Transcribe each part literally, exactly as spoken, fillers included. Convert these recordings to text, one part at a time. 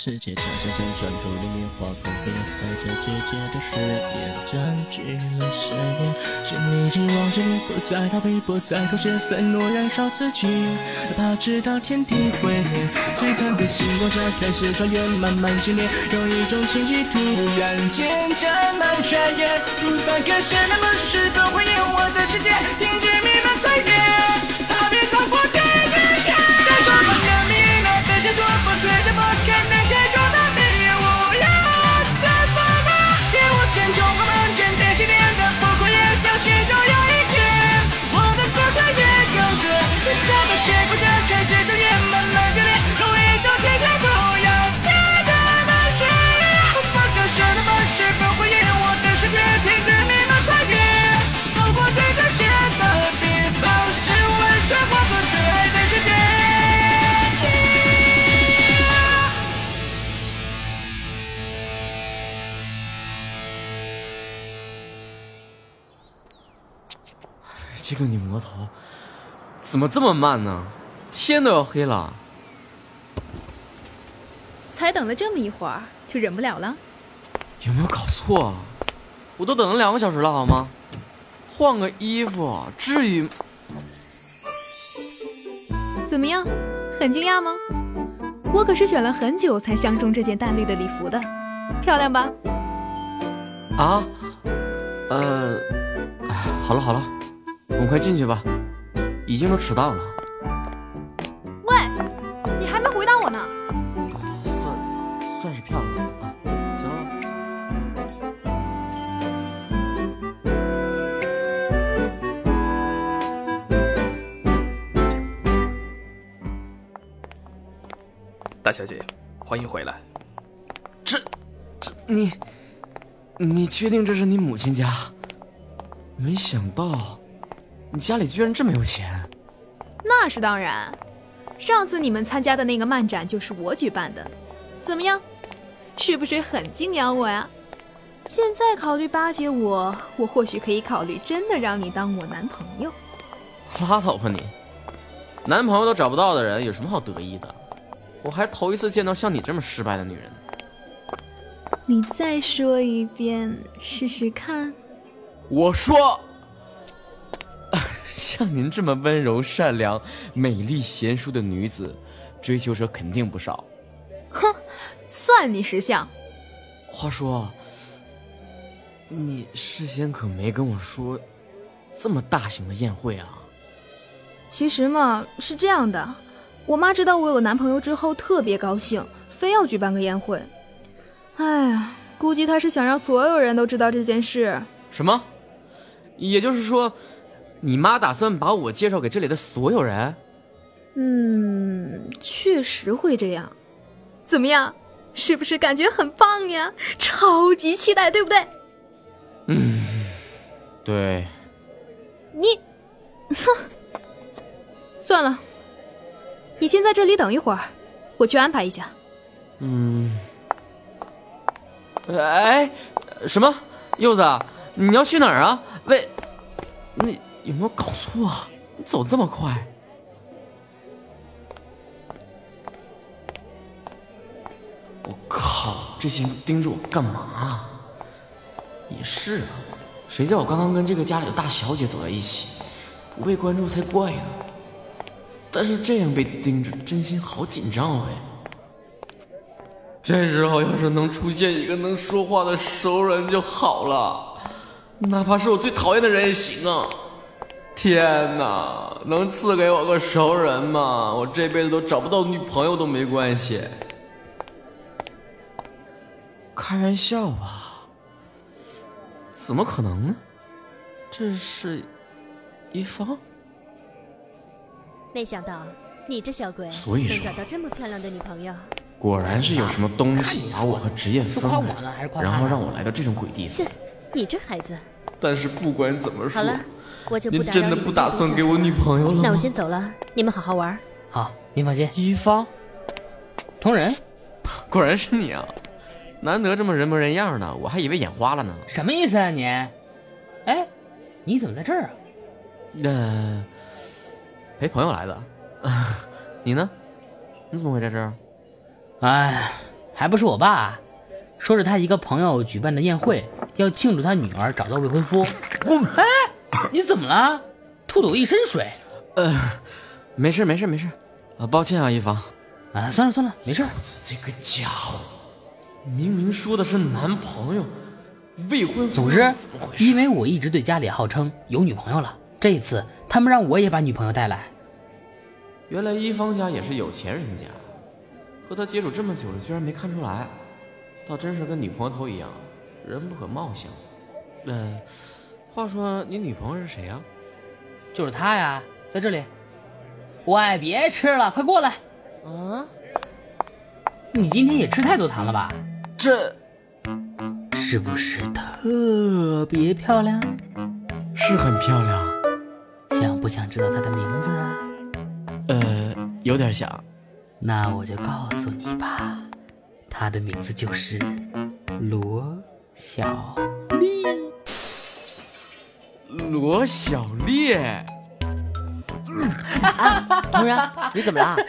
世界悄悄像转出的棉花，空飞带着姐姐的誓言，占据了十年。是你遗忘着，不再逃避，不再妥协，愤怒燃烧自己，怕直到天地毁灭。璀璨的星光下开始穿越，慢慢熄灭，有一种奇迹突然间沾满全野，无法割舍，那么是否会因我的世界停止弥漫岁月？逃避从不这个线，闪烁光的命运，那的线索不退着不可能谁说的迷雾要绽放啊！借我千种我们针对起点的不过也相信终有一天，我的故事也有着在把血不着开始逐渐慢慢决裂，有一种情绪不要贴着的血液，无法割舍的把是否会因我的世界停止弥漫岁月？走过这个线的地方是我生活过最爱的世界。 这个女魔头怎么这么慢呢？天都要黑了。 才等了这么一会儿就忍不了了？ 有没有搞错啊？我都等了两个小时了好吗？换个衣服至于？ 怎么样，很惊讶吗？我可是选了很久才相中这件淡绿的礼服的，漂亮吧？ 啊？呃，哎，好了好了，我们快进去吧，已经都迟到了。 喂，你还没回答我呢。 啊，算算是漂亮了啊，行了。 大小姐，欢迎回来。 这，这你，你确定这是你母亲家？没想到，你家里居然这么有钱。 那是当然，上次你们参加的那个漫展就是我举办的，怎么样？是不是很敬仰我呀？现在考虑巴结我，我或许可以考虑真的让你当我男朋友。 拉倒吧你，男朋友都找不到的人有什么好得意的？我还头一次见到像你这么失败的女人。 你再说一遍试试看。 我说像您这么温柔善良美丽贤淑的女子，追求者肯定不少。 哼，算你识相。 话说你事先可没跟我说这么大型的宴会啊？ 其实嘛，是这样的，我妈知道我有男朋友之后特别高兴，非要举办个宴会。哎呀，估计她是想让所有人都知道这件事。 什么？也就是说你妈打算把我介绍给这里的所有人？ 嗯，确实会这样。怎么样，是不是感觉很棒呀？超级期待，对不对？ 嗯，对。 你哼，算了，你先在这里等一会儿，我去安排一下。 嗯，哎，什么？柚子，你要去哪儿啊？喂，你有没有搞错啊？你走这么快？我靠，这些人盯着我干嘛？也是啊，谁叫我刚刚跟这个家里的大小姐走在一起，不被关注才怪呢。但是这样被盯着，真心好紧张哎。这时候要是能出现一个能说话的熟人就好了，哪怕是我最讨厌的人也行啊。天哪，能赐给我个熟人吗？我这辈子都找不到女朋友都没关系。开玩笑吧？怎么可能呢？这是一方。 没想到你这小鬼所以说能找到这么漂亮的女朋友。 果然是有什么东西把我和职业分开，然后让我来到这种鬼地方。 切，你这孩子。 但是不管怎么说， 好了，我就不您打扰真的不打算给我女朋友了吗？ 那我先走了，你们好好玩。 好，您放心。 一方， 同仁， 果然是你啊！难得这么人模人样的，我还以为眼花了呢。 什么意思啊你？哎，你怎么在这儿啊？ 呃，陪朋友来的。你呢？你怎么会在这儿？ 哎， 还不是我爸，说是他一个朋友举办的宴会，要庆祝他女儿找到未婚夫。哎，你怎么了？吐了我一身水。 呃，没事没事没事，啊，抱歉啊，一方。 啊，算了算了，没事。 这个家伙，明明说的是男朋友，未婚夫。 总之，因为我一直对家里号称有女朋友了，这一次他们让我也把女朋友带来。 原来一方家也是有钱人家，和他接触这么久了，居然没看出来，倒真是跟女朋友头一样，人不可貌相。呃，话说你女朋友是谁啊？ 就是她呀，在这里。喂，别吃了，快过来。 啊？ 你今天也吃太多糖了吧？ 这是不是特别漂亮？ 是很漂亮。 想不想知道她的名字啊？ 呃，有点想。 那我就告诉你吧，她的名字就是罗小丽。 罗小丽。 啊，同仁，你怎么了？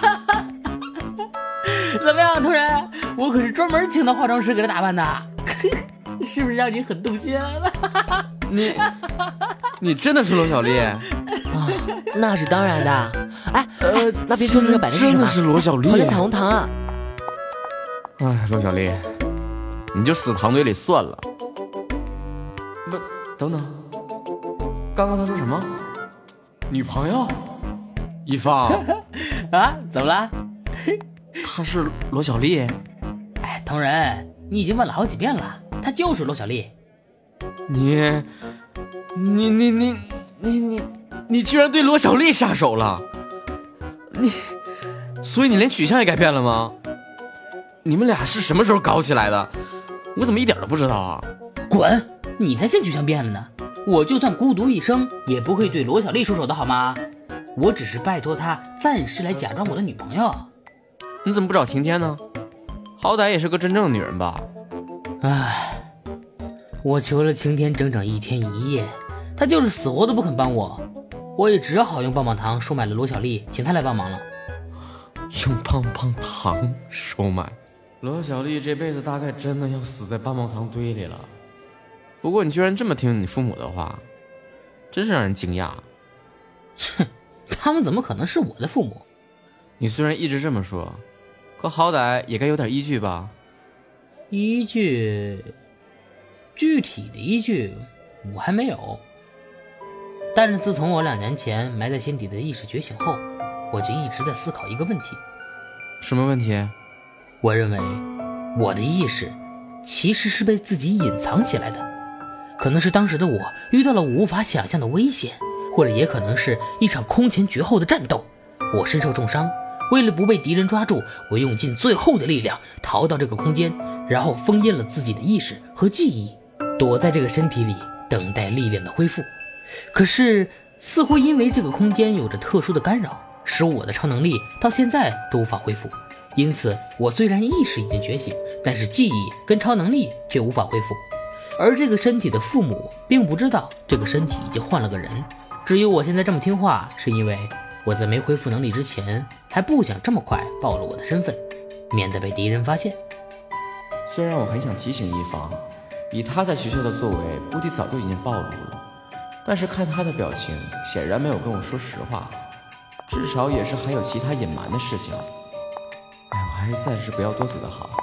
怎么样，同仁？我可是专门请到化妆师给她打扮的，是不是让你很动心啊？ 你，你真的是罗小丽？ 啊，那是当然的。哎，呃，那边桌子上摆的是什么？ 真的是罗小丽， 好像彩虹糖啊。 哎，罗小丽，你就死糖堆里算了。不，等等，刚刚他说什么？女朋友？一方啊？怎么了？ 她是罗小丽？ 哎，同仁，你已经问了好几遍了，她就是罗小丽。 你，你你你你你你居然对罗小丽下手了？你，所以你连取向也改变了吗？你们俩是什么时候搞起来的？我怎么一点都不知道啊？ 滚！你才先取向变了呢。我就算孤独一生，也不会对罗小丽出手的好吗？我只是拜托她暂时来假装我的女朋友。 你怎么不找晴天呢？好歹也是个真正的女人吧？ 唉，我求了晴天整整一天一夜，她就是死活都不肯帮我，我也只好用棒棒糖收买了罗小丽，请她来帮忙了。 用棒棒糖收买？罗小丽这辈子大概真的要死在棒棒糖堆里了。不过你居然这么听你父母的话，真是让人惊讶。 哼，他们怎么可能是我的父母？ 你虽然一直这么说，可好歹也该有点依据吧？ 依据？具体的依据我还没有。但是自从我两年前埋在心底的意识觉醒后，我就一直在思考一个问题。 什么问题？ 我认为我的意识其实是被自己隐藏起来的。可能是当时的我遇到了我无法想象的危险，或者也可能是一场空前绝后的战斗。我身受重伤，为了不被敌人抓住，我用尽最后的力量逃到这个空间，然后封印了自己的意识和记忆，躲在这个身体里等待力量的恢复。可是似乎因为这个空间有着特殊的干扰，使我的超能力到现在都无法恢复。因此我虽然意识已经觉醒，但是记忆跟超能力却无法恢复。而这个身体的父母并不知道这个身体已经换了个人。至于我现在这么听话，是因为我在没恢复能力之前还不想这么快暴露我的身份，免得被敌人发现。 虽然我很想提醒一方，以他在学校的作为估计早就已经暴露了，但是看他的表情显然没有跟我说实话，至少也是还有其他隐瞒的事情。哎，我还是暂时不要多嘴的好。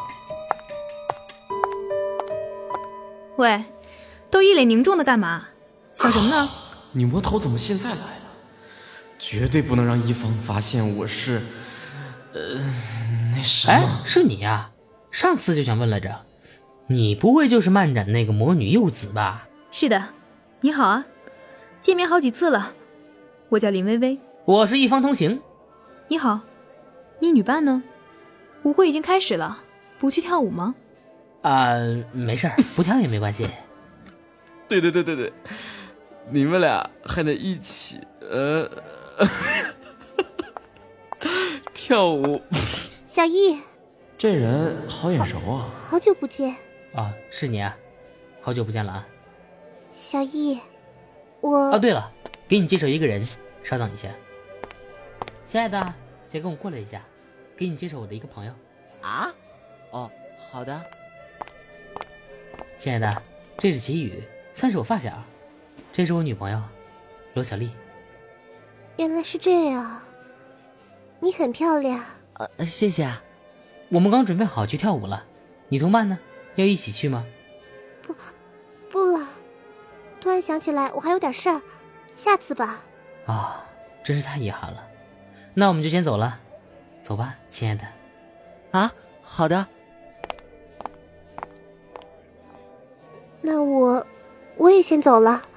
喂，都一脸凝重的干嘛？想什么呢？ 女魔头怎么现在来了？绝对不能让一方发现我是……呃，那什么…… 哎，是你呀！上次就想问来着，你不会就是漫展那个魔女柚子吧？ 是的，你好啊，见面好几次了。我叫林薇薇。 我是一方通行。 你好，你女伴呢？舞会已经开始了，不去跳舞吗？ 啊、呃，没事儿，不跳也没关系。 对对对对对，你们俩还得一起呃跳舞。 小易， 这人好眼熟啊！ 好久不见。 啊，是你啊，好久不见了啊。 小易，我…… 哦，对了，给你介绍一个人，稍等一下。亲爱的，先跟我过来一下，给你介绍我的一个朋友。 啊？哦好的。 亲爱的，这是齐宇，算是我发小。这是我女朋友，罗小丽。 原来是这样，你很漂亮。 呃，谢谢啊。 我们刚准备好去跳舞了，你同伴呢？要一起去吗？ 不，不了。突然想起来，我还有点事儿，下次吧。 啊、哦，真是太遗憾了。那我们就先走了，走吧，亲爱的。 啊，好的。 那我，我也先走了。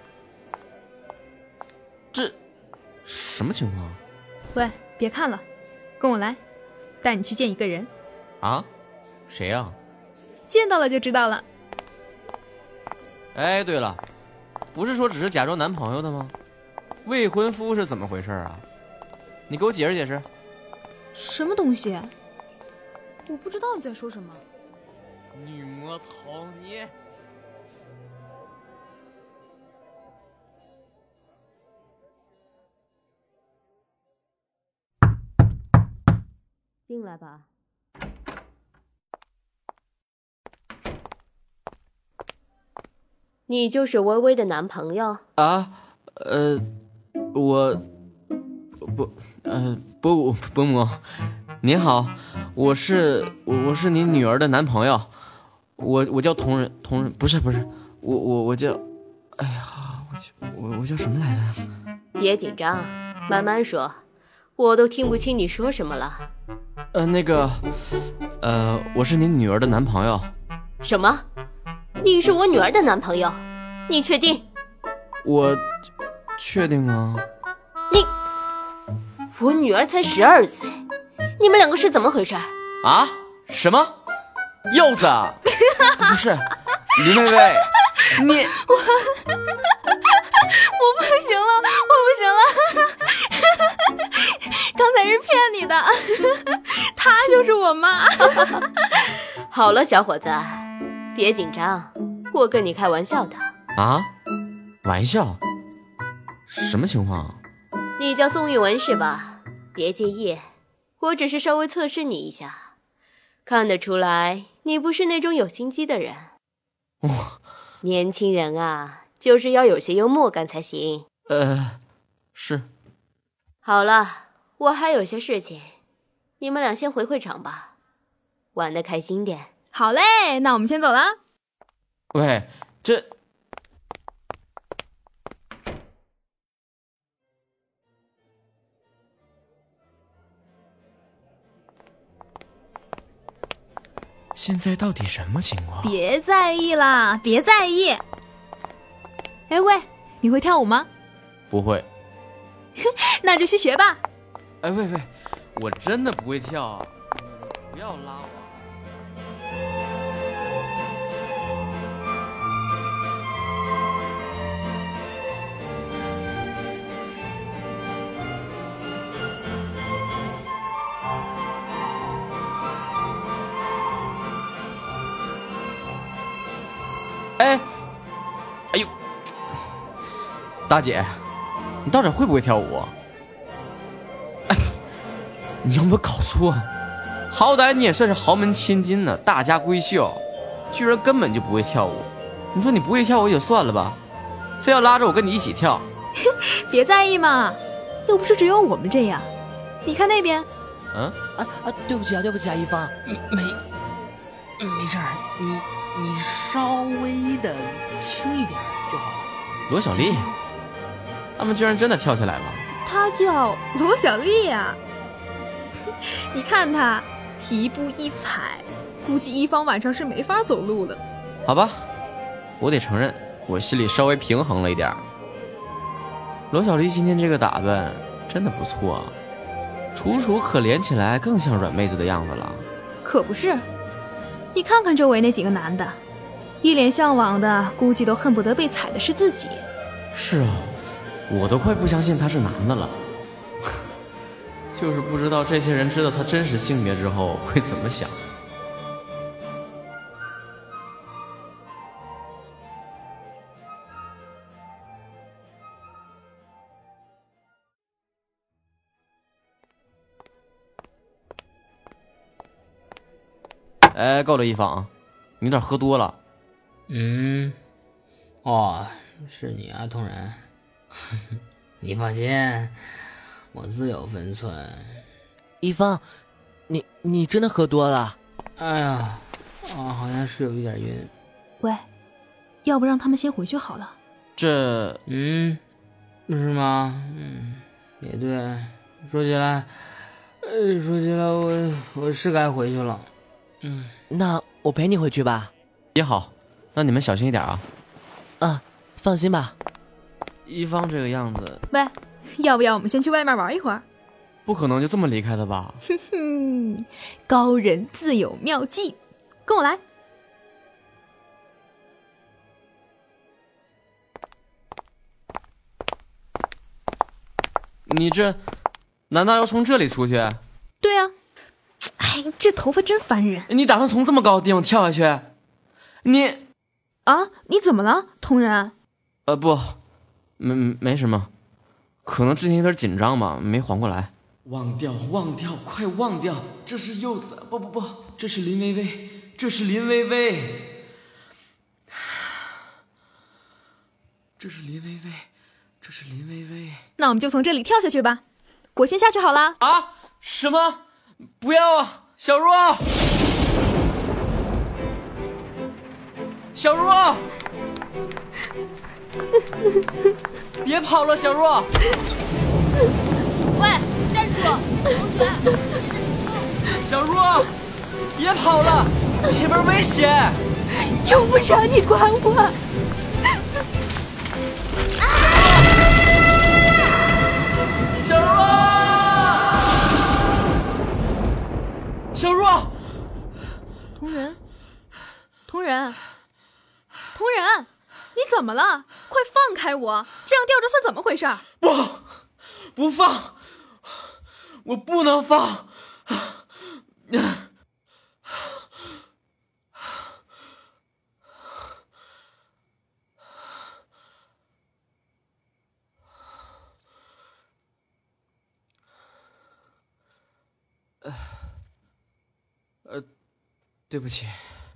这，什么情况？ 喂，别看了，跟我来，带你去见一个人。 啊？谁呀？ 见到了就知道了。 哎，对了，不是说只是假装男朋友的吗？未婚夫是怎么回事啊？你给我解释解释。 什么东西？我不知道你在说什么。 女魔头你！ 进来吧。你就是微微的男朋友啊？呃，我不，呃，伯伯母，您好，我是我我是您女儿的男朋友，我我叫同仁同仁，不是不是，我我我叫，哎呀，我叫我我叫什么来着？ 别紧张，慢慢说，我都听不清你说什么了。 呃，那个，呃，我是您女儿的男朋友。 什么？你是我女儿的男朋友？你确定？ 我确定啊。 你，我女儿才十二岁，你们两个是怎么回事？ 啊？什么？柚子？不是，林薇薇，你我我不行了，我不行了，刚才是骗你的，她就是我妈。 好了，小伙子，别紧张，我跟你开玩笑的。 啊？玩笑？什么情况？ 你叫宋玉文是吧？别介意，我只是稍微测试你一下，看得出来你不是那种有心机的人。 哇， 年轻人啊，就是要有些幽默感才行。 呃，是。 好了，我还有些事情，你们俩先回会场吧，玩得开心点。 好嘞，那我们先走了。 喂，这现在到底什么情况？ 别在意啦，别在意。哎喂，你会跳舞吗？ 不会。 那就去学吧。 哎喂喂，我真的不会跳，不要拉我。哎，哎呦，大姐，你到底会不会跳舞？哎，你有没有搞错？好歹你也算是豪门千金呢，大家闺秀，居然根本就不会跳舞。你说你不会跳舞也就算了吧，非要拉着我跟你一起跳。 别在意嘛，又不是只有我们这样。你看那边。 嗯啊啊，对不起啊，对不起啊，一方， 没，没事儿，你。你稍微的轻一点就好了。 罗小丽，他们居然真的跳起来了。 她叫罗小丽啊！你看她一步一踩，估计一方晚上是没法走路了。 好吧，我得承认，我心里稍微平衡了一点。罗小丽今天这个打扮真的不错啊，楚楚可怜起来更像软妹子的样子了。 可不是。你看看周围那几个男的，一脸向往的，估计都恨不得被踩的是自己。 是啊，我都快不相信他是男的了。就是不知道这些人知道他真实性别之后会怎么想。 哎，够了，一方，你有点喝多了。 嗯，哦，是你啊，同仁。你放心，我自有分寸。 一方，你你真的喝多了？ 哎呀，啊，好像是有一点晕。 喂，要不让他们先回去好了。 这， 嗯，是吗？嗯，也对。说起来，呃，说起来，我我是该回去了。嗯， 那我陪你回去吧。 也好，那你们小心一点啊。 啊，放心吧。 一方这个样子， 喂，要不要我们先去外面玩一会儿？ 不可能就这么离开的吧？ 哼哼，高人自有妙计，跟我来。 你这难道要从这里出去？ 对啊。哎，这头发真烦人。 你打算从这么高的地方跳下去？你啊，你怎么了，同仁？ 呃，不，没没什么，可能之前有点紧张吧，没缓过来。忘掉，忘掉，快忘掉！这是柚子，不不不，这是林薇薇，这是林薇薇，这是林薇薇，这是林薇薇。 那我们就从这里跳下去吧，我先下去好了。 啊？什么？不要啊，小若！小若！别跑了，小若！ 喂，站住！同学， 小若，别跑了，前面危险！ 用不着你管我。 小若，小若， 同仁，同仁，同仁，你怎么了？快放开我！这样吊着算怎么回事？ 不，不放，我不能放。呃，呃，对不起。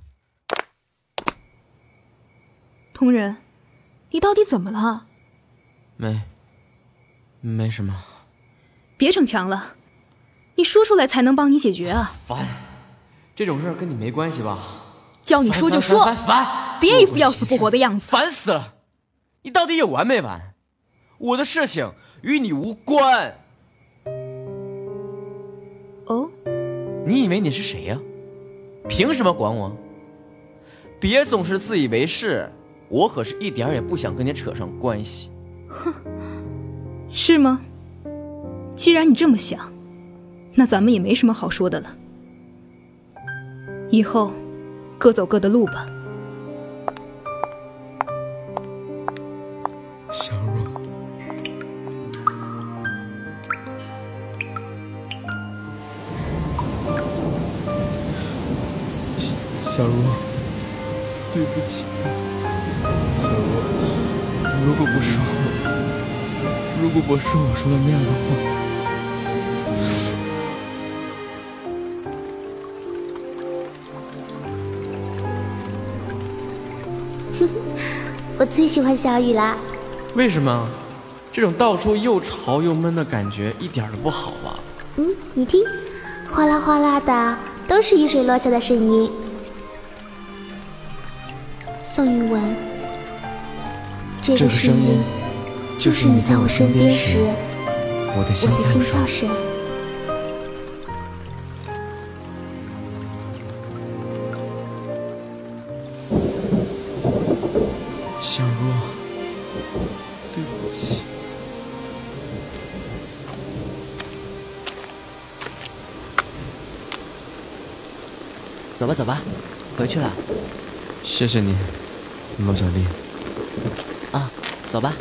同仁，你到底怎么了？ 没，没什么。 别逞强了，你说出来才能帮你解决啊！ 烦，这种事儿跟你没关系吧？ 叫你说就说， 烦烦烦烦， 别一副要死不活的样子。 烦死了！你到底有完没完？我的事情与你无关。 哦， 你以为你是谁呀？凭什么管我？别总是自以为是，我可是一点也不想跟你扯上关系。 哼，是吗？既然你这么想，那咱们也没什么好说的了。以后各走各的路吧。 小若，小若，对不起，小若，如果不是我，如果不是我说了那样的话。 我最喜欢小雨啦。 为什么？这种到处又潮又闷的感觉一点都不好吧？ 嗯，你听，哗啦哗啦的，都是雨水落下的声音。宋玉文，这个声音就是你在我身边时我的心跳声。小若，对不起。 走吧走吧，回去了。 谢谢你，罗小丽。 啊，走吧。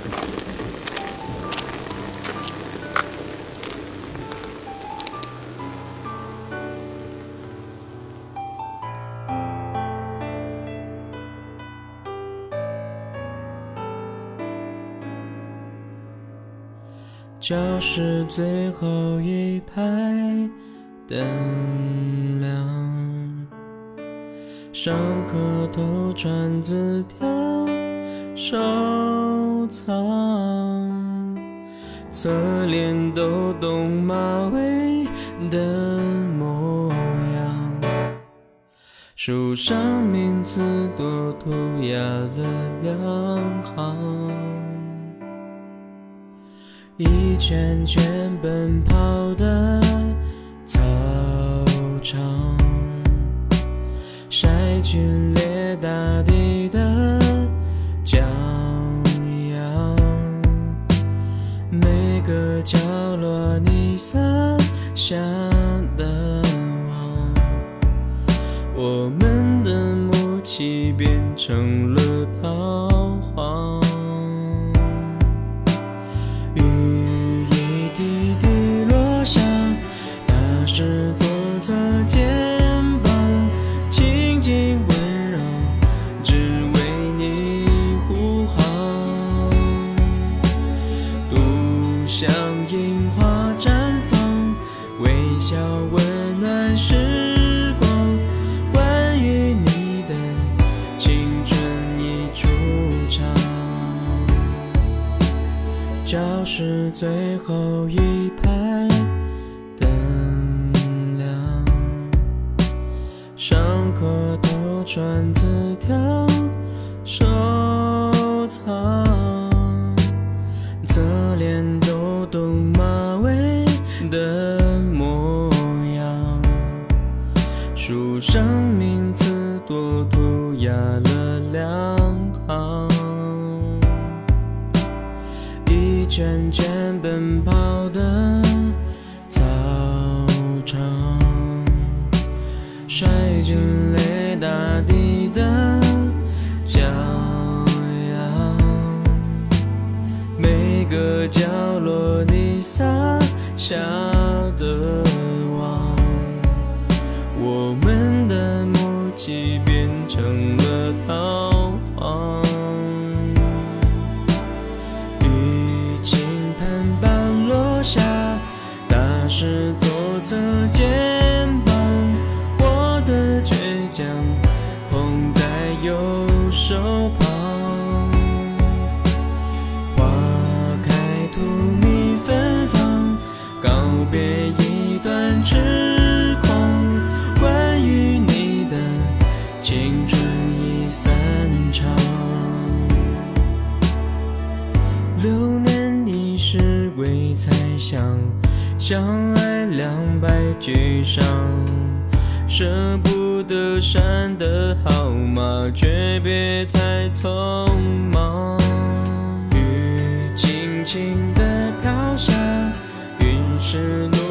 教室最后一排灯亮， 上课偷传字条收藏，侧脸抖动马尾的模样，书上名字多涂鸦了两行，一圈圈奔跑的操场，晒剧烈大地的骄阳，每个角落你洒下的网，我们的默契变成了桃花，雨一滴滴落下，打湿左侧肩膀，轻轻温柔，只为你护航，独像樱花绽放，微笑温暖时光，关于你的青春已出场，教室最后一排灯亮，上课偷传字条收藏，侧脸抖动马尾的模样，书上名字多涂鸦了两行，一圈圈奔跑的操场，晒进泪大地的骄阳，每个角落你洒下的网，我们的默契变成了桃花，雨倾盆般落下，打湿左侧肩膀，我的倔强捧在右手旁，花开荼蘼芬芳，告别一段痴狂，关于你的青春已散场，流年已是为猜想，相爱两败俱伤，舍不得删的号码，却别太匆忙，雨轻轻地飘下，云是落